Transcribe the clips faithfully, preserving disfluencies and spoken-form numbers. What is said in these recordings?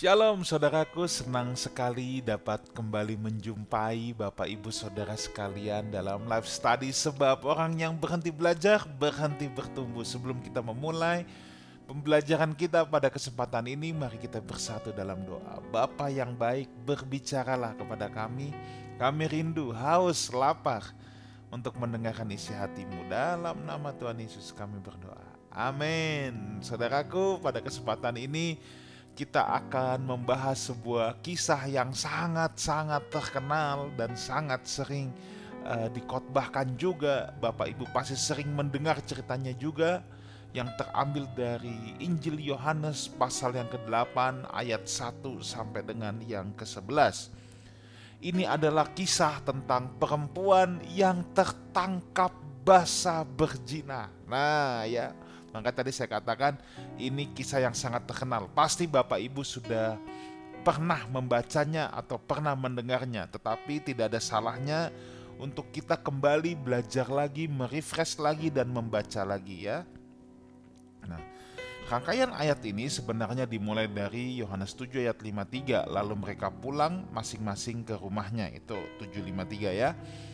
Shalom saudaraku, senang sekali dapat kembali menjumpai Bapak Ibu Saudara sekalian dalam live study. Sebab orang yang berhenti belajar, berhenti bertumbuh. Sebelum kita memulai pembelajaran kita pada kesempatan ini, mari kita bersatu dalam doa. Bapa yang baik, berbicaralah kepada kami. Kami rindu, haus, lapar untuk mendengarkan isi hatimu. Dalam nama Tuhan Yesus kami berdoa. Amin. Saudaraku, pada kesempatan ini kita akan membahas sebuah kisah yang sangat-sangat terkenal dan sangat sering uh, dikotbahkan juga. Bapak Ibu pasti sering mendengar ceritanya juga, yang terambil dari Injil Yohanes pasal yang kedelapan ayat satu sampai dengan yang kesebelas. Ini adalah kisah tentang perempuan yang tertangkap basah berzina. Nah ya, maka tadi saya katakan ini kisah yang sangat terkenal. Pasti Bapak Ibu sudah pernah membacanya atau pernah mendengarnya. Tetapi tidak ada salahnya untuk kita kembali belajar lagi, merefresh lagi dan membaca lagi ya. Nah, rangkaian ayat ini sebenarnya dimulai dari Yohanes tujuh ayat lima puluh tiga. Lalu mereka pulang masing-masing ke rumahnya. Itu tujuh lima puluh tiga ya.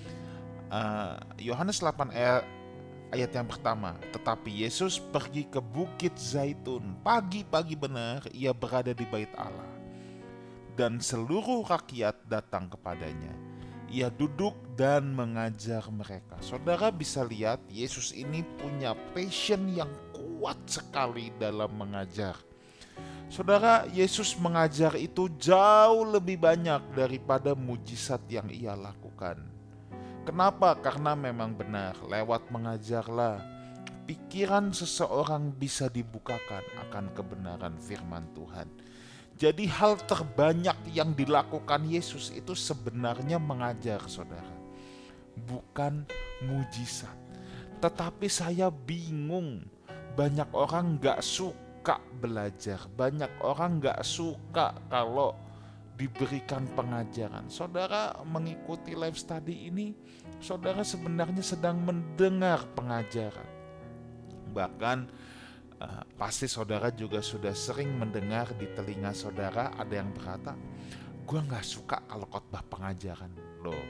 Yohanes uh, delapan ayat Ayat yang pertama, tetapi Yesus pergi ke Bukit Zaitun. Pagi-pagi benar ia berada di bait Allah. Dan seluruh rakyat datang kepadanya. Ia duduk dan mengajar mereka. Saudara bisa lihat Yesus ini punya passion yang kuat sekali dalam mengajar. Saudara, Yesus mengajar itu jauh lebih banyak daripada mujizat yang ia lakukan. Kenapa? Karena memang benar, lewat mengajarlah pikiran seseorang bisa dibukakan akan kebenaran firman Tuhan. Jadi hal terbanyak yang dilakukan Yesus itu sebenarnya mengajar, saudara, bukan mujizat. Tetapi saya bingung, banyak orang gak suka belajar, banyak orang gak suka kalau diberikan pengajaran. Saudara mengikuti live study ini, saudara sebenarnya sedang mendengar pengajaran. Bahkan uh, pasti saudara juga sudah sering mendengar di telinga saudara ada yang berkata, gue gak suka kalau khotbah pengajaran. Loh,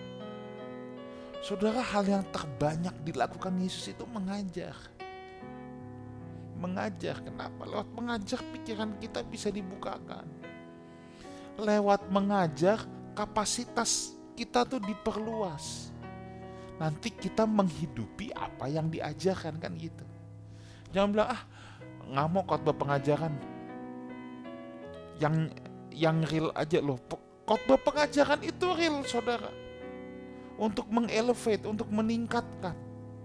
saudara, hal yang terbanyak dilakukan Yesus itu mengajar. Mengajar, kenapa? Lewat mengajar pikiran kita bisa dibukakan. Lewat mengajar kapasitas kita tuh diperluas. Nanti kita menghidupi apa yang diajarkan, kan gitu. Jangan bilang, ah nggak mau khotbah pengajaran, yang yang real aja loh. Khotbah pengajaran itu real, saudara, untuk mengelevate, untuk meningkatkan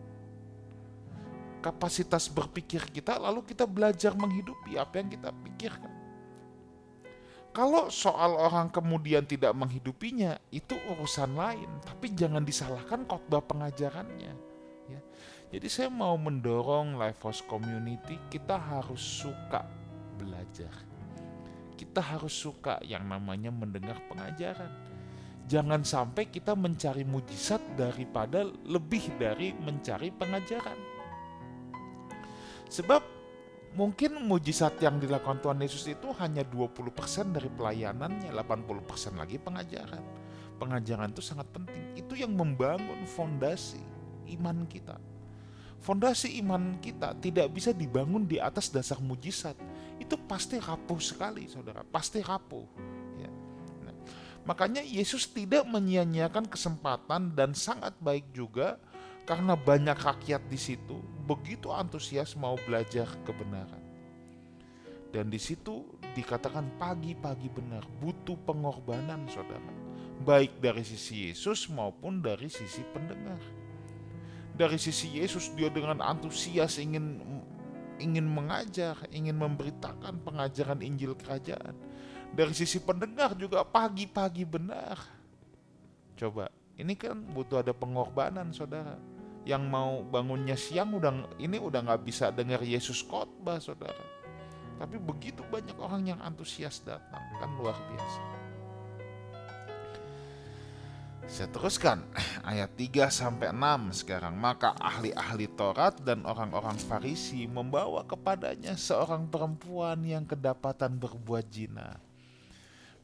kapasitas berpikir kita, lalu kita belajar menghidupi apa yang kita pikirkan. Kalau soal orang kemudian tidak menghidupinya, itu urusan lain. Tapi jangan disalahkan khotbah pengajarannya. Ya. Jadi saya mau mendorong Life House Community, kita harus suka belajar. Kita harus suka yang namanya mendengar pengajaran. Jangan sampai kita mencari mujizat daripada lebih dari mencari pengajaran. Sebab mungkin mujizat yang dilakukan Tuhan Yesus itu hanya dua puluh persen dari pelayanannya, delapan puluh persen lagi pengajaran. Pengajaran itu sangat penting. Itu yang membangun fondasi iman kita. Fondasi iman kita tidak bisa dibangun di atas dasar mujizat. Itu pasti rapuh sekali, saudara. Pasti rapuh. Ya. Nah, makanya Yesus tidak menyia-nyiakan kesempatan, dan sangat baik juga karena banyak rakyat di situ begitu antusias mau belajar kebenaran. Dan di situ dikatakan pagi-pagi benar, butuh pengorbanan, saudara. Baik dari sisi Yesus maupun dari sisi pendengar. Dari sisi Yesus, dia dengan antusias ingin ingin mengajar, ingin memberitakan pengajaran Injil Kerajaan. Dari sisi pendengar juga pagi-pagi benar. Coba, ini kan butuh ada pengorbanan, saudara. Yang mau bangunnya siang udah ini udah nggak bisa dengar Yesus khotbah, saudara. Tapi begitu banyak orang yang antusias datang, kan luar biasa. Saya teruskan ayat tiga sampai enam sekarang. Maka ahli-ahli Taurat dan orang-orang Farisi membawa kepadanya seorang perempuan yang kedapatan berbuat zina.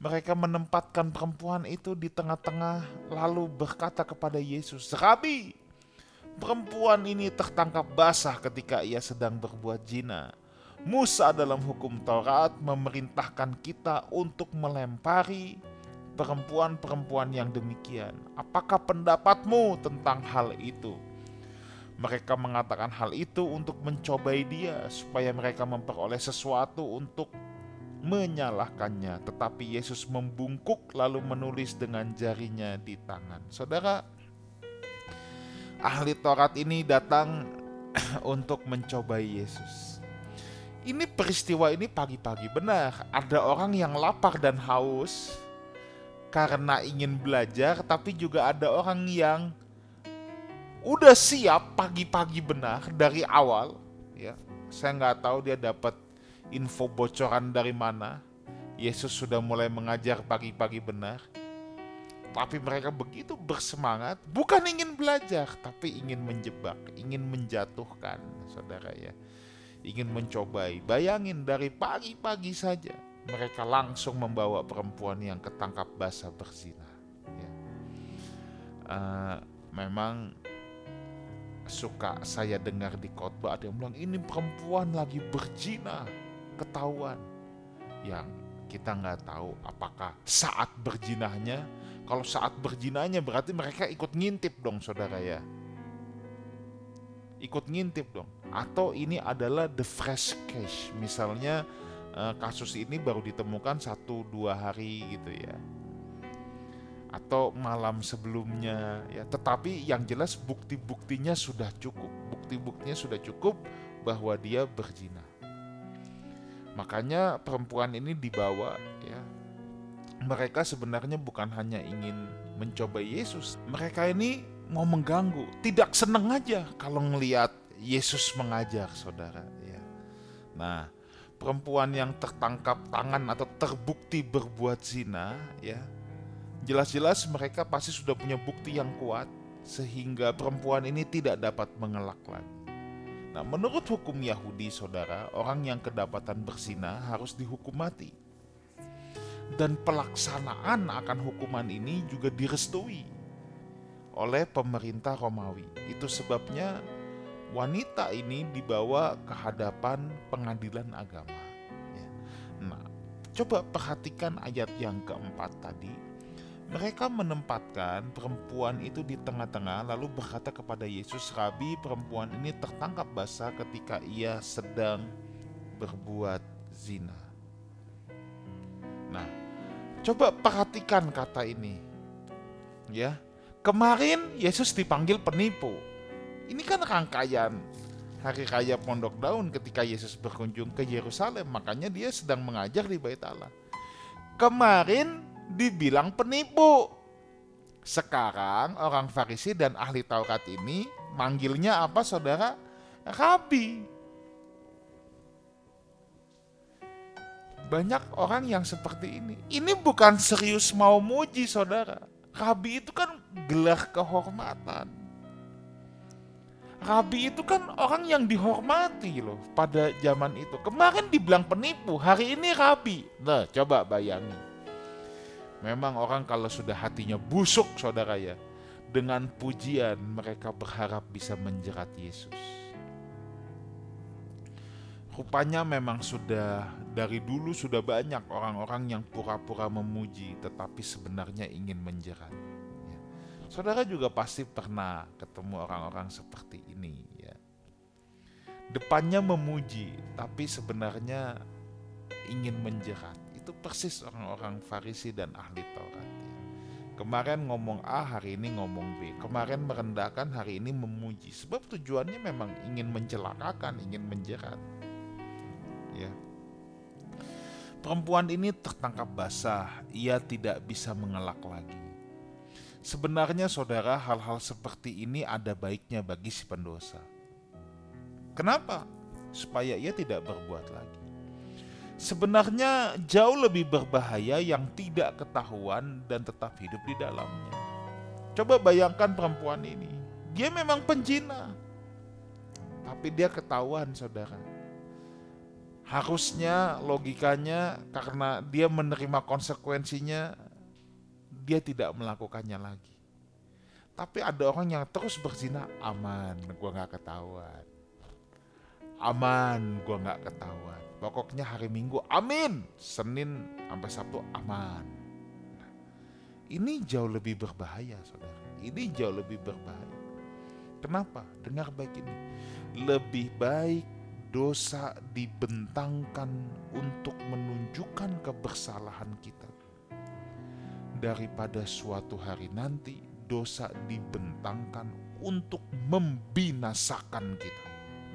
Mereka menempatkan perempuan itu di tengah-tengah lalu berkata kepada Yesus, "Rabi, perempuan ini tertangkap basah ketika ia sedang berbuat zina. Musa dalam hukum Taurat memerintahkan kita untuk melempari perempuan-perempuan yang demikian. Apakah pendapatmu tentang hal itu?" Mereka mengatakan hal itu untuk mencobai dia supaya mereka memperoleh sesuatu untuk menyalahkannya. Tetapi Yesus membungkuk lalu menulis dengan jarinya di tangan. Saudara, ahli Taurat ini datang untuk mencobai Yesus. Ini peristiwa ini pagi-pagi, benar. Ada orang yang lapar dan haus karena ingin belajar, tapi juga ada orang yang udah siap pagi-pagi, benar, dari awal. Ya, saya nggak tahu dia dapat info bocoran dari mana. Yesus sudah mulai mengajar pagi-pagi, benar. Tapi mereka begitu bersemangat, bukan ingin belajar, tapi ingin menjebak, ingin menjatuhkan, saudara ya. Ingin mencobai. Bayangin, dari pagi-pagi saja mereka langsung membawa perempuan yang ketangkap basah berzina. Ya. Uh, memang suka saya dengar di khotbah ada yang bilang ini perempuan lagi berzina, ketahuan. Yang kita nggak tahu apakah saat berzinahnya. Kalau saat berzinahnya berarti mereka ikut ngintip dong, saudara ya. Ikut ngintip dong. Atau ini adalah the fresh case. Misalnya kasus ini baru ditemukan satu dua hari gitu ya. Atau malam sebelumnya ya, tetapi yang jelas bukti-buktinya sudah cukup. Bukti-buktinya sudah cukup bahwa dia berzina. Makanya perempuan ini dibawa ya. Mereka sebenarnya bukan hanya ingin mencoba Yesus. Mereka ini mau mengganggu, tidak senang aja kalau ngelihat Yesus mengajar, saudara ya. Nah, perempuan yang tertangkap tangan atau terbukti berbuat zina ya, jelas-jelas mereka pasti sudah punya bukti yang kuat sehingga perempuan ini tidak dapat mengelak lagi. Nah, menurut hukum Yahudi, saudara, orang yang kedapatan berzina harus dihukum mati. Dan pelaksanaan akan hukuman ini juga direstui oleh pemerintah Romawi. Itu sebabnya wanita ini dibawa ke hadapan pengadilan agama. Nah, coba perhatikan ayat yang keempat tadi. Mereka menempatkan perempuan itu di tengah-tengah lalu berkata kepada Yesus, "Rabi, perempuan ini tertangkap basah ketika ia sedang berbuat zina." Nah, coba perhatikan kata ini. Ya, kemarin Yesus dipanggil penipu. Ini kan rangkaian hari raya Pondok Daun ketika Yesus berkunjung ke Yerusalem, makanya dia sedang mengajar di Bait Allah. Kemarin dibilang penipu. Sekarang orang Farisi dan ahli Taurat ini manggilnya apa, saudara? Rabi. Banyak orang yang seperti ini. Ini bukan serius mau muji, saudara. Rabi itu kan gelar kehormatan. Rabi itu kan orang yang dihormati loh pada zaman itu. Kemarin dibilang penipu, hari ini rabi. Nah, coba bayangin. Memang orang kalau sudah hatinya busuk, saudara ya, dengan pujian mereka berharap bisa menjerat Yesus. Rupanya memang sudah dari dulu sudah banyak orang-orang yang pura-pura memuji tetapi sebenarnya ingin menjerat. Ya. Saudara juga pasti pernah ketemu orang-orang seperti ini ya. Depannya memuji tapi sebenarnya ingin menjerat. Itu persis orang-orang Farisi dan ahli Taurat. Ya. Kemarin ngomong A, hari ini ngomong B. Kemarin merendahkan, hari ini memuji. Sebab tujuannya memang ingin mencelakakan, ingin menjerat. Ya. Perempuan ini tertangkap basah, ia tidak bisa mengelak lagi. Sebenarnya saudara, hal-hal seperti ini ada baiknya bagi si pendosa. Kenapa? Supaya ia tidak berbuat lagi. Sebenarnya jauh lebih berbahaya yang tidak ketahuan dan tetap hidup di dalamnya. Coba bayangkan perempuan ini, dia memang penjina, tapi dia ketahuan, saudara. Harusnya logikanya karena dia menerima konsekuensinya, dia tidak melakukannya lagi. Tapi ada orang yang terus berzina, aman, gua nggak ketahuan. Aman, gua nggak ketahuan. Pokoknya hari Minggu, amin. Senin sampai Sabtu, aman. Nah, ini jauh lebih berbahaya, saudara. Ini jauh lebih berbahaya. Kenapa? Dengar baik ini. Lebih baik dosa dibentangkan untuk menunjukkan kebersalahan kita, daripada suatu hari nanti dosa dibentangkan untuk membinasakan kita.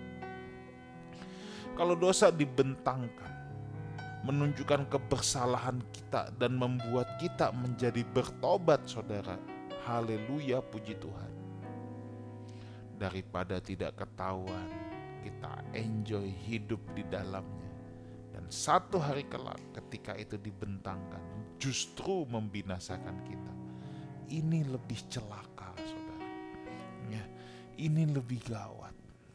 Kalau dosa dibentangkan menunjukkan kebersalahan kita dan membuat kita menjadi bertobat, saudara, haleluya, puji Tuhan. Daripada tidak ketahuan, kita enjoy hidup di dalamnya, dan satu hari kelak ketika itu dibentangkan justru membinasakan kita. Ini lebih celaka, saudara. Ya, ini lebih gawat.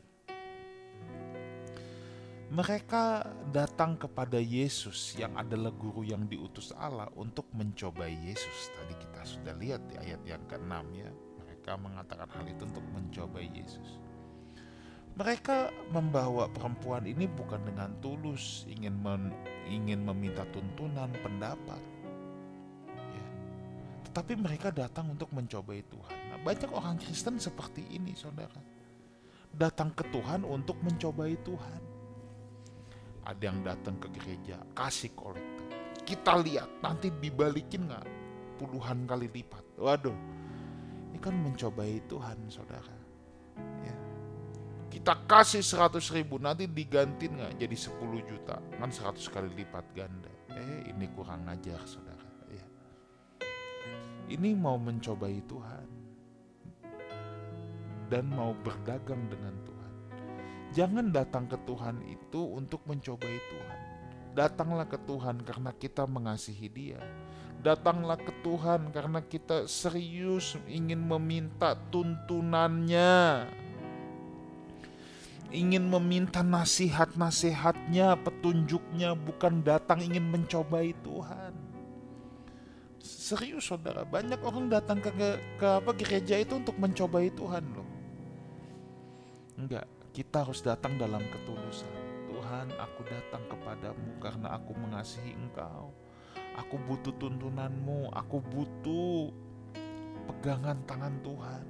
Mereka datang kepada Yesus yang adalah guru yang diutus Allah untuk mencobai Yesus. Tadi kita sudah lihat di ayat yang keenam ya. Mereka mengatakan hal itu untuk mencobai Yesus. Mereka membawa perempuan ini bukan dengan tulus ingin men, ingin meminta tuntunan pendapat, ya. Tetapi mereka datang untuk mencobai Tuhan. Nah, banyak orang Kristen seperti ini, saudara. Datang ke Tuhan untuk mencobai Tuhan. Ada yang datang ke gereja kasih kolektor. Kita lihat nanti dibalikin nggak puluhan kali lipat. Waduh, ini kan mencobai Tuhan, saudara. Ya. Kita kasih seratus ribu, nanti digantiin gak jadi sepuluh juta, kan seratus kali lipat ganda. Eh ini kurang ajar, saudara ya. Ini mau mencobai Tuhan dan mau berdagang dengan Tuhan. Jangan datang ke Tuhan itu untuk mencobai Tuhan. Datanglah ke Tuhan karena kita mengasihi Dia. Datanglah ke Tuhan karena kita serius ingin meminta tuntunannya, ingin meminta nasihat-nasihatnya, petunjuknya, bukan datang ingin mencobai Tuhan. Serius, saudara, banyak orang datang ke, ke, ke apa gereja itu untuk mencobai Tuhan loh. Enggak, kita harus datang dalam ketulusan. Tuhan, aku datang kepadamu karena aku mengasihi Engkau. Aku butuh tuntunanmu, aku butuh pegangan tangan Tuhan.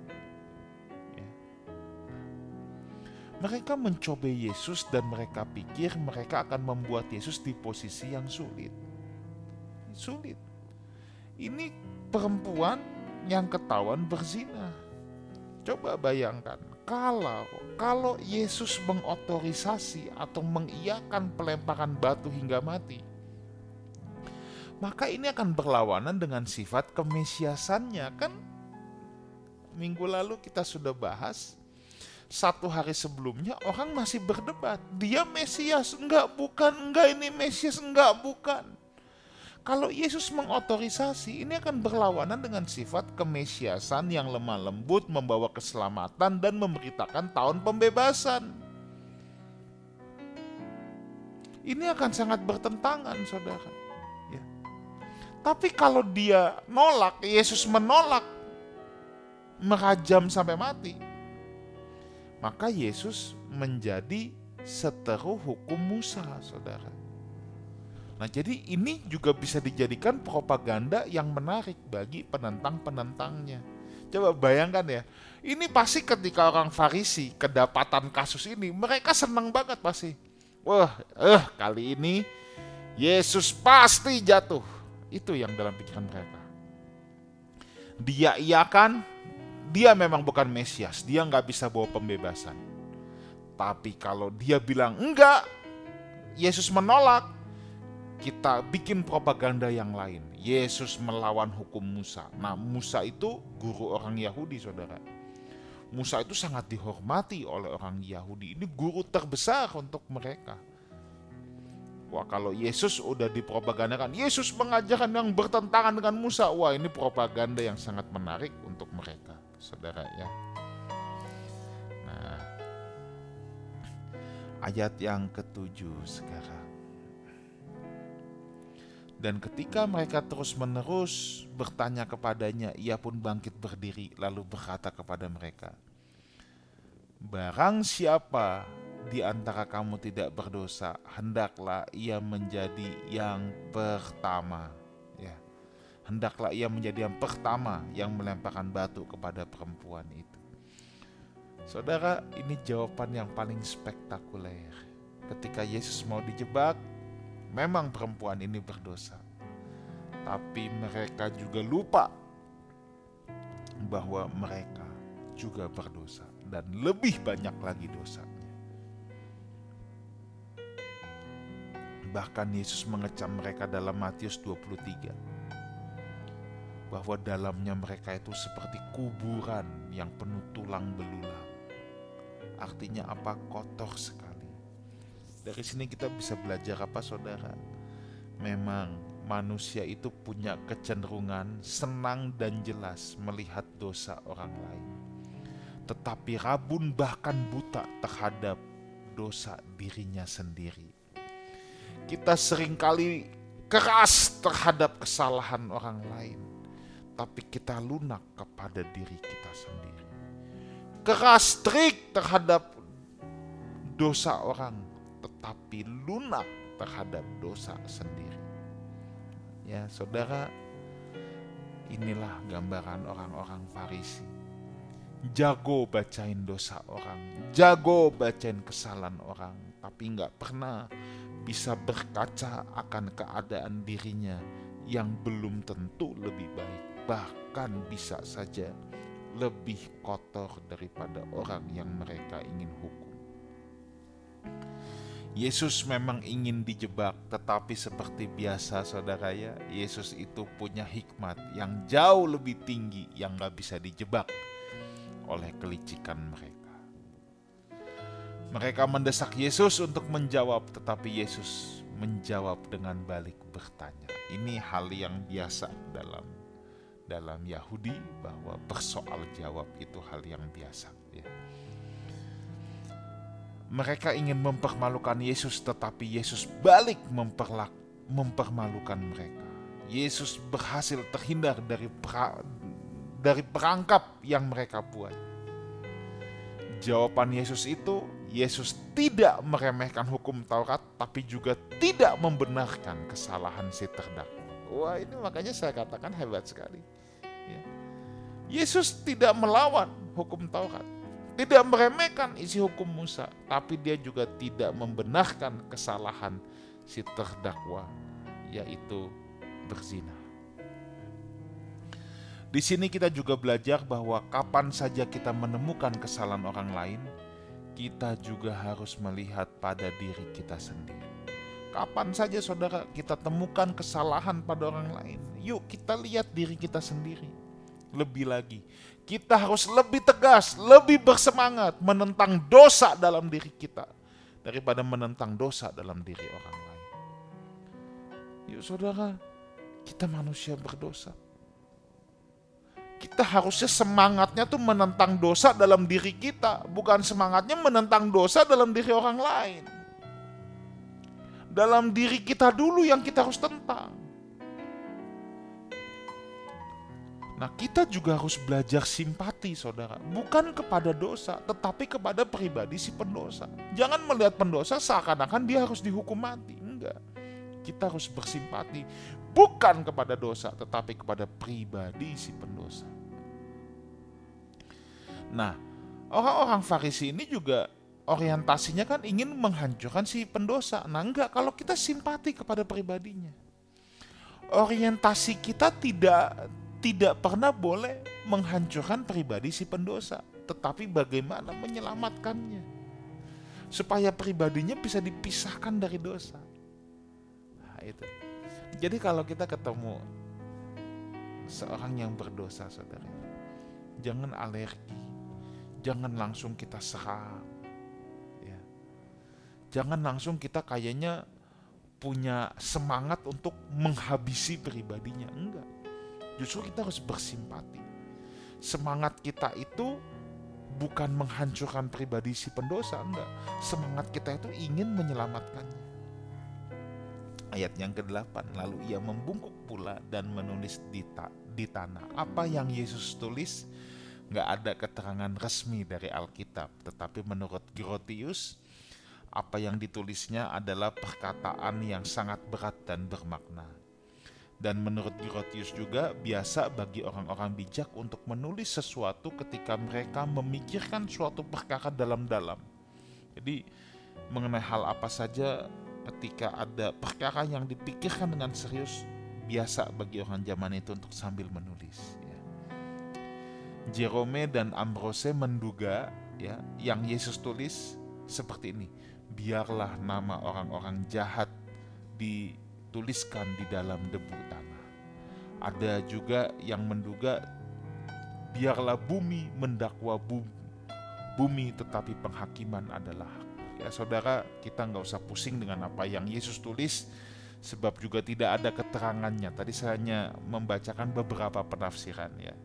Mereka mencobai Yesus dan mereka pikir mereka akan membuat Yesus di posisi yang sulit. Sulit. Ini perempuan yang ketahuan berzina. Coba bayangkan, kalau kalau Yesus mengotorisasi atau mengiyakan pelemparan batu hingga mati, maka ini akan berlawanan dengan sifat kemesiasannya. Kan minggu lalu kita sudah bahas. Satu hari sebelumnya orang masih berdebat, dia Mesias, enggak bukan, enggak ini Mesias, enggak bukan. Kalau Yesus mengotorisasi, ini akan berlawanan dengan sifat kemesiasan yang lemah lembut, membawa keselamatan dan memberitakan tahun pembebasan. Ini akan sangat bertentangan, saudara. Ya. Tapi kalau dia nolak, Yesus menolak, merajam sampai mati, maka Yesus menjadi seteru hukum Musa, saudara. Nah, jadi ini juga bisa dijadikan propaganda yang menarik bagi penentang-penentangnya. Coba bayangkan ya, ini pasti ketika orang Farisi kedapatan kasus ini, mereka senang banget pasti. Wah, eh kali ini Yesus pasti jatuh. Itu yang dalam pikiran mereka. Dia iakan, dia memang bukan Mesias, dia nggak bisa bawa pembebasan. Tapi kalau dia bilang enggak, Yesus menolak, kita bikin propaganda yang lain. Yesus melawan hukum Musa. Nah, Musa itu guru orang Yahudi, saudara. Musa itu sangat dihormati oleh orang Yahudi. Ini guru terbesar untuk mereka. Wah, kalau Yesus udah dipropagandakan, Yesus mengajarkan yang bertentangan dengan Musa. Wah, ini propaganda yang sangat menarik untuk mereka, saudara ya. Nah, Ayat yang ketujuh sekarang. Dan ketika mereka terus-menerus bertanya kepadanya, ia pun bangkit berdiri lalu berkata kepada mereka, barang siapa di antara kamu tidak berdosa, hendaklah ia menjadi yang pertama. Ya, hendaklah ia menjadi yang pertama yang melemparkan batu kepada perempuan itu. Saudara, ini jawaban yang paling spektakuler. Ketika Yesus mau dijebak, memang perempuan ini berdosa. Tapi mereka juga lupa bahwa mereka juga berdosa dan lebih banyak lagi dosanya. Bahkan Yesus mengecam mereka dalam Matius dua puluh tiga. Bahwa dalamnya mereka itu seperti kuburan yang penuh tulang belulang. Artinya apa? Kotor sekali. Dari sini kita bisa belajar apa, saudara? Memang manusia itu punya kecenderungan senang dan jelas melihat dosa orang lain, tetapi rabun bahkan buta terhadap dosa dirinya sendiri. Kita seringkali keras terhadap kesalahan orang lain, tapi kita lunak kepada diri kita sendiri. Keras trik terhadap dosa orang, tetapi lunak terhadap dosa sendiri. Ya, saudara, inilah gambaran orang-orang Farisi. Jago bacain dosa orang, jago bacain kesalahan orang, tapi nggak pernah bisa berkaca akan keadaan dirinya yang belum tentu lebih baik, bahkan bisa saja lebih kotor daripada orang yang mereka ingin hukum. Yesus memang ingin dijebak, tetapi seperti biasa saudara ya, Yesus itu punya hikmat yang jauh lebih tinggi yang gak bisa dijebak oleh kelicikan mereka. Mereka mendesak Yesus untuk menjawab, tetapi Yesus menjawab dengan balik bertanya. Ini hal yang biasa dalam dalam Yahudi, bahwa bersoal jawab itu hal yang biasa. Ya. Mereka ingin mempermalukan Yesus, tetapi Yesus balik memperlak, mempermalukan mereka. Yesus berhasil terhindar dari pra, dari perangkap yang mereka buat. Jawaban Yesus itu, Yesus tidak meremehkan hukum Taurat, tapi juga tidak membenarkan kesalahan si terdakwa. Wah, ini makanya saya katakan hebat sekali. Ya. Yesus tidak melawan hukum Taurat, tidak meremehkan isi hukum Musa, tapi dia juga tidak membenarkan kesalahan si terdakwa, yaitu berzina. Di sini kita juga belajar bahwa kapan saja kita menemukan kesalahan orang lain, kita juga harus melihat pada diri kita sendiri. Kapan saja saudara kita temukan kesalahan pada orang lain, yuk kita lihat diri kita sendiri. Lebih lagi, kita harus lebih tegas, lebih bersemangat menentang dosa dalam diri kita daripada menentang dosa dalam diri orang lain. Yuk saudara, kita manusia berdosa. Kita harusnya semangatnya tuh menentang dosa dalam diri kita, bukan semangatnya menentang dosa dalam diri orang lain. Dalam diri kita dulu yang kita harus tentang. Nah, kita juga harus belajar simpati, saudara. Bukan kepada dosa, tetapi kepada pribadi si pendosa. Jangan melihat pendosa seakan-akan dia harus dihukum mati. Enggak. Kita harus bersimpati. Bukan kepada dosa, tetapi kepada pribadi si pendosa. Nah, orang-orang Farisi ini juga orientasinya kan ingin menghancurkan si pendosa. Nah enggak, kalau kita simpati kepada pribadinya. Orientasi kita tidak tidak pernah boleh menghancurkan pribadi si pendosa, tetapi bagaimana menyelamatkannya supaya pribadinya bisa dipisahkan dari dosa. Nah, itu. Jadi kalau kita ketemu seorang yang berdosa, saudara, jangan alergi, jangan langsung kita serang. Jangan langsung kita kayaknya punya semangat untuk menghabisi pribadinya. Enggak. Justru kita harus bersimpati. Semangat kita itu bukan menghancurkan pribadi si pendosa, enggak. Semangat kita itu ingin menyelamatkannya. Ayat yang kedelapan, lalu ia membungkuk pula dan menulis di, ta- di tanah. Apa yang Yesus tulis? Nggak ada keterangan resmi dari Alkitab, tetapi menurut Grotius, apa yang ditulisnya adalah perkataan yang sangat berat dan bermakna. Dan menurut Grotius juga, biasa bagi orang-orang bijak untuk menulis sesuatu ketika mereka memikirkan suatu perkara dalam-dalam. Jadi mengenai hal apa saja, ketika ada perkara yang dipikirkan dengan serius, biasa bagi orang zaman itu untuk sambil menulis. Ya. Jerome dan Ambrose menduga ya, yang Yesus tulis seperti ini: biarlah nama orang-orang jahat dituliskan di dalam debu tanah. Ada juga yang menduga biarlah bumi mendakwa bumi, tetapi penghakiman adalah hak. Ya saudara, kita nggak usah pusing dengan apa yang Yesus tulis, sebab juga tidak ada keterangannya. Tadi saya hanya membacakan beberapa penafsiran ya.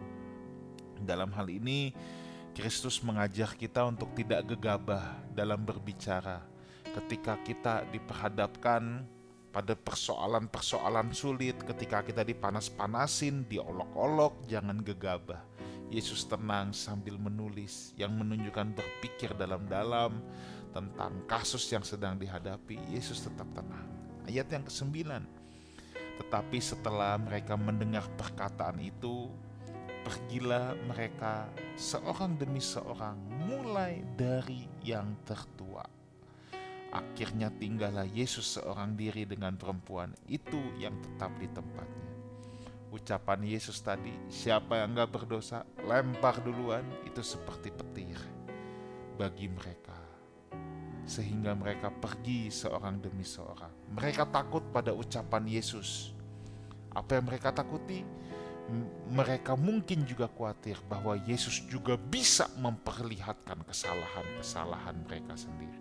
Dalam hal ini, Kristus mengajar kita untuk tidak gegabah dalam berbicara. Ketika kita diperhadapkan pada persoalan-persoalan sulit, ketika kita dipanas-panasin, diolok-olok, jangan gegabah. Yesus tenang sambil menulis, yang menunjukkan berpikir dalam-dalam tentang kasus yang sedang dihadapi. Yesus tetap tenang. Ayat yang kesembilan, tetapi setelah mereka mendengar perkataan itu, pergilah mereka seorang demi seorang, mulai dari yang tertua. Akhirnya tinggallah Yesus seorang diri dengan perempuan itu yang tetap di tempatnya. Ucapan Yesus tadi, siapa yang gak berdosa, lempar duluan, itu seperti petir bagi mereka. Sehingga mereka pergi seorang demi seorang. Mereka takut pada ucapan Yesus. Apa yang mereka takuti? Mereka mungkin juga khawatir bahwa Yesus juga bisa memperlihatkan kesalahan-kesalahan mereka sendiri.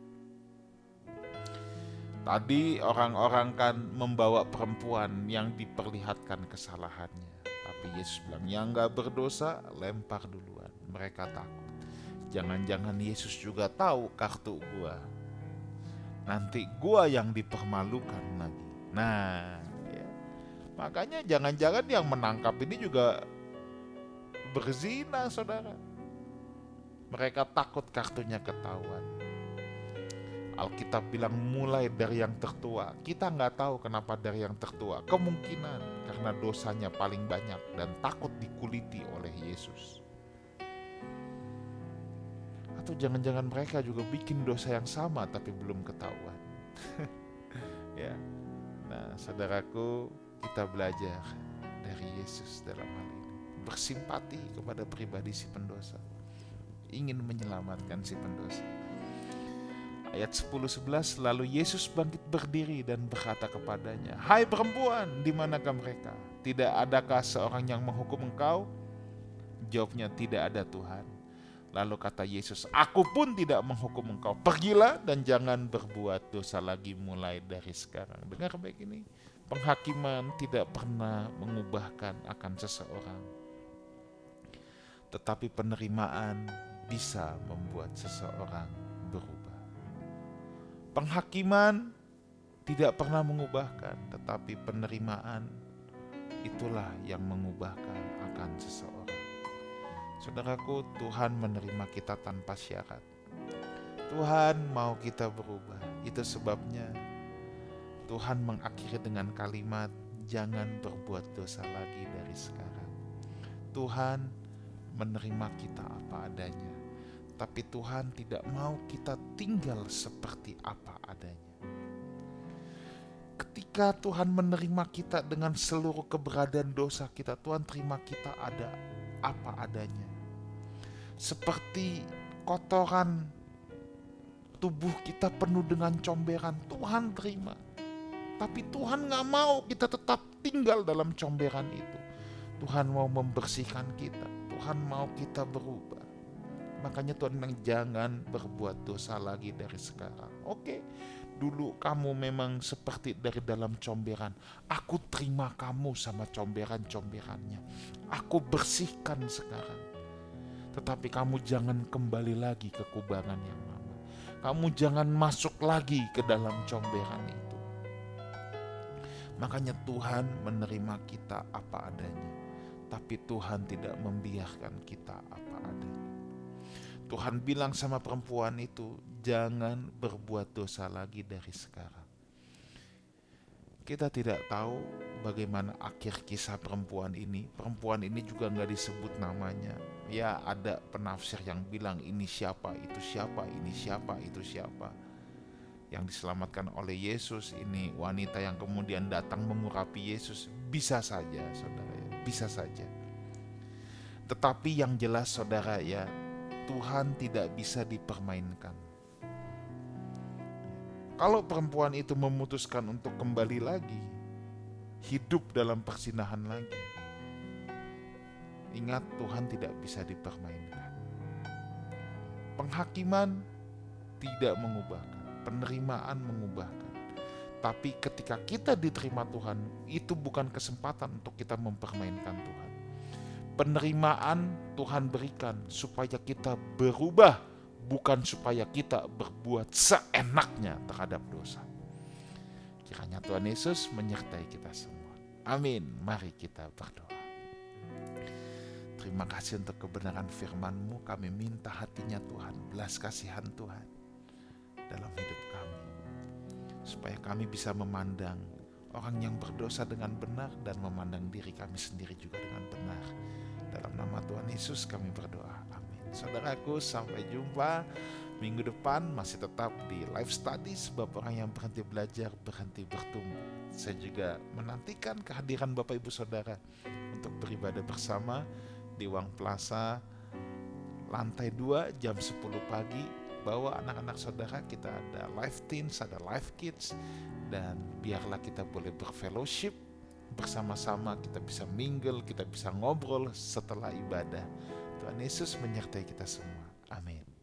Tadi orang-orang kan membawa perempuan yang diperlihatkan kesalahannya. Tapi Yesus bilang, yang gak berdosa lempar duluan. Mereka takut. Jangan-jangan Yesus juga tahu kartu gua. Nanti gua yang dipermalukan lagi. Nah, ya. Makanya jangan-jangan yang menangkap ini juga berzina, saudara. Mereka takut kartunya ketahuan. Alkitab bilang mulai dari yang tertua. Kita nggak tahu kenapa dari yang tertua. Kemungkinan karena dosanya paling banyak dan takut dikuliti oleh Yesus. Atau jangan-jangan mereka juga bikin dosa yang sama tapi belum ketahuan. Ya. Nah, saudaraku, kita belajar dari Yesus dalam hal ini. Bersimpati kepada pribadi si pendosa. Ingin menyelamatkan si pendosa. Ayat sepuluh sebelas, lalu Yesus bangkit berdiri dan berkata kepadanya, hai perempuan, di manakah mereka? Tidak adakah seorang yang menghukum engkau? Jawabnya, tidak ada Tuhan. Lalu kata Yesus, aku pun tidak menghukum engkau. Pergilah dan jangan berbuat dosa lagi mulai dari sekarang. Dengar baik ini, penghakiman tidak pernah mengubahkan akan seseorang. Tetapi penerimaan bisa membuat seseorang berubah. Penghakiman tidak pernah mengubahkan, tetapi penerimaan itulah yang mengubahkan akan seseorang. Saudaraku, Tuhan menerima kita tanpa syarat. Tuhan mau kita berubah. Itu sebabnya Tuhan mengakhiri dengan kalimat, jangan berbuat dosa lagi dari sekarang. Tuhan menerima kita apa adanya. Tapi Tuhan tidak mau kita tinggal seperti apa adanya. Ketika Tuhan menerima kita dengan seluruh keberadaan dosa kita, Tuhan terima kita ada apa adanya. Seperti kotoran tubuh kita penuh dengan comberan, Tuhan terima. Tapi Tuhan gak mau kita tetap tinggal dalam comberan itu. Tuhan mau membersihkan kita, Tuhan mau kita berubah. Makanya Tuhan bilang jangan berbuat dosa lagi dari sekarang. Oke, dulu kamu memang seperti dari dalam comberan. Aku terima kamu sama comberan-comberannya. Aku bersihkan sekarang. Tetapi kamu jangan kembali lagi ke kubangan yang lama. Kamu jangan masuk lagi ke dalam comberan itu. Makanya Tuhan menerima kita apa adanya. Tapi Tuhan tidak membiarkan kita apa adanya. Tuhan bilang sama perempuan itu, jangan berbuat dosa lagi dari sekarang. Kita tidak tahu bagaimana akhir kisah perempuan ini. Perempuan ini juga nggak disebut namanya. Ya, ada penafsir yang bilang ini siapa, itu siapa, ini siapa, itu siapa. Yang diselamatkan oleh Yesus, ini wanita yang kemudian datang mengurapi Yesus. Bisa saja, saudara ya, bisa saja. Tetapi yang jelas, saudara ya, Tuhan tidak bisa dipermainkan. Kalau perempuan itu memutuskan untuk kembali lagi, hidup dalam persinahan lagi, ingat Tuhan tidak bisa dipermainkan. Penghakiman tidak mengubahkan, penerimaan mengubahkan. Tapi ketika kita diterima Tuhan, itu bukan kesempatan untuk kita mempermainkan Tuhan. Penerimaan Tuhan berikan supaya kita berubah, bukan supaya kita berbuat seenaknya terhadap dosa. Kiranya Tuhan Yesus menyertai kita semua. Amin. Mari kita berdoa. Terima kasih untuk kebenaran firman-Mu. Kami minta hatinya Tuhan, belas kasihan Tuhan dalam hidup kami. Supaya kami bisa memandang orang yang berdosa dengan benar dan memandang diri kami sendiri juga dengan benar. Dalam nama Tuhan Yesus kami berdoa. Saudaraku, sampai jumpa minggu depan, masih tetap di Life Study, sebab orang yang berhenti belajar berhenti bertumbuh. Saya juga menantikan kehadiran Bapak Ibu Saudara untuk beribadah bersama di Wang Plaza lantai dua jam sepuluh pagi. Bawa anak-anak saudara, kita ada Life Teens, ada Life Kids, dan biarlah kita boleh berfellowship bersama-sama, kita bisa mingle, kita bisa ngobrol setelah ibadah. Tuhan Yesus menyertai kita semua. Amin.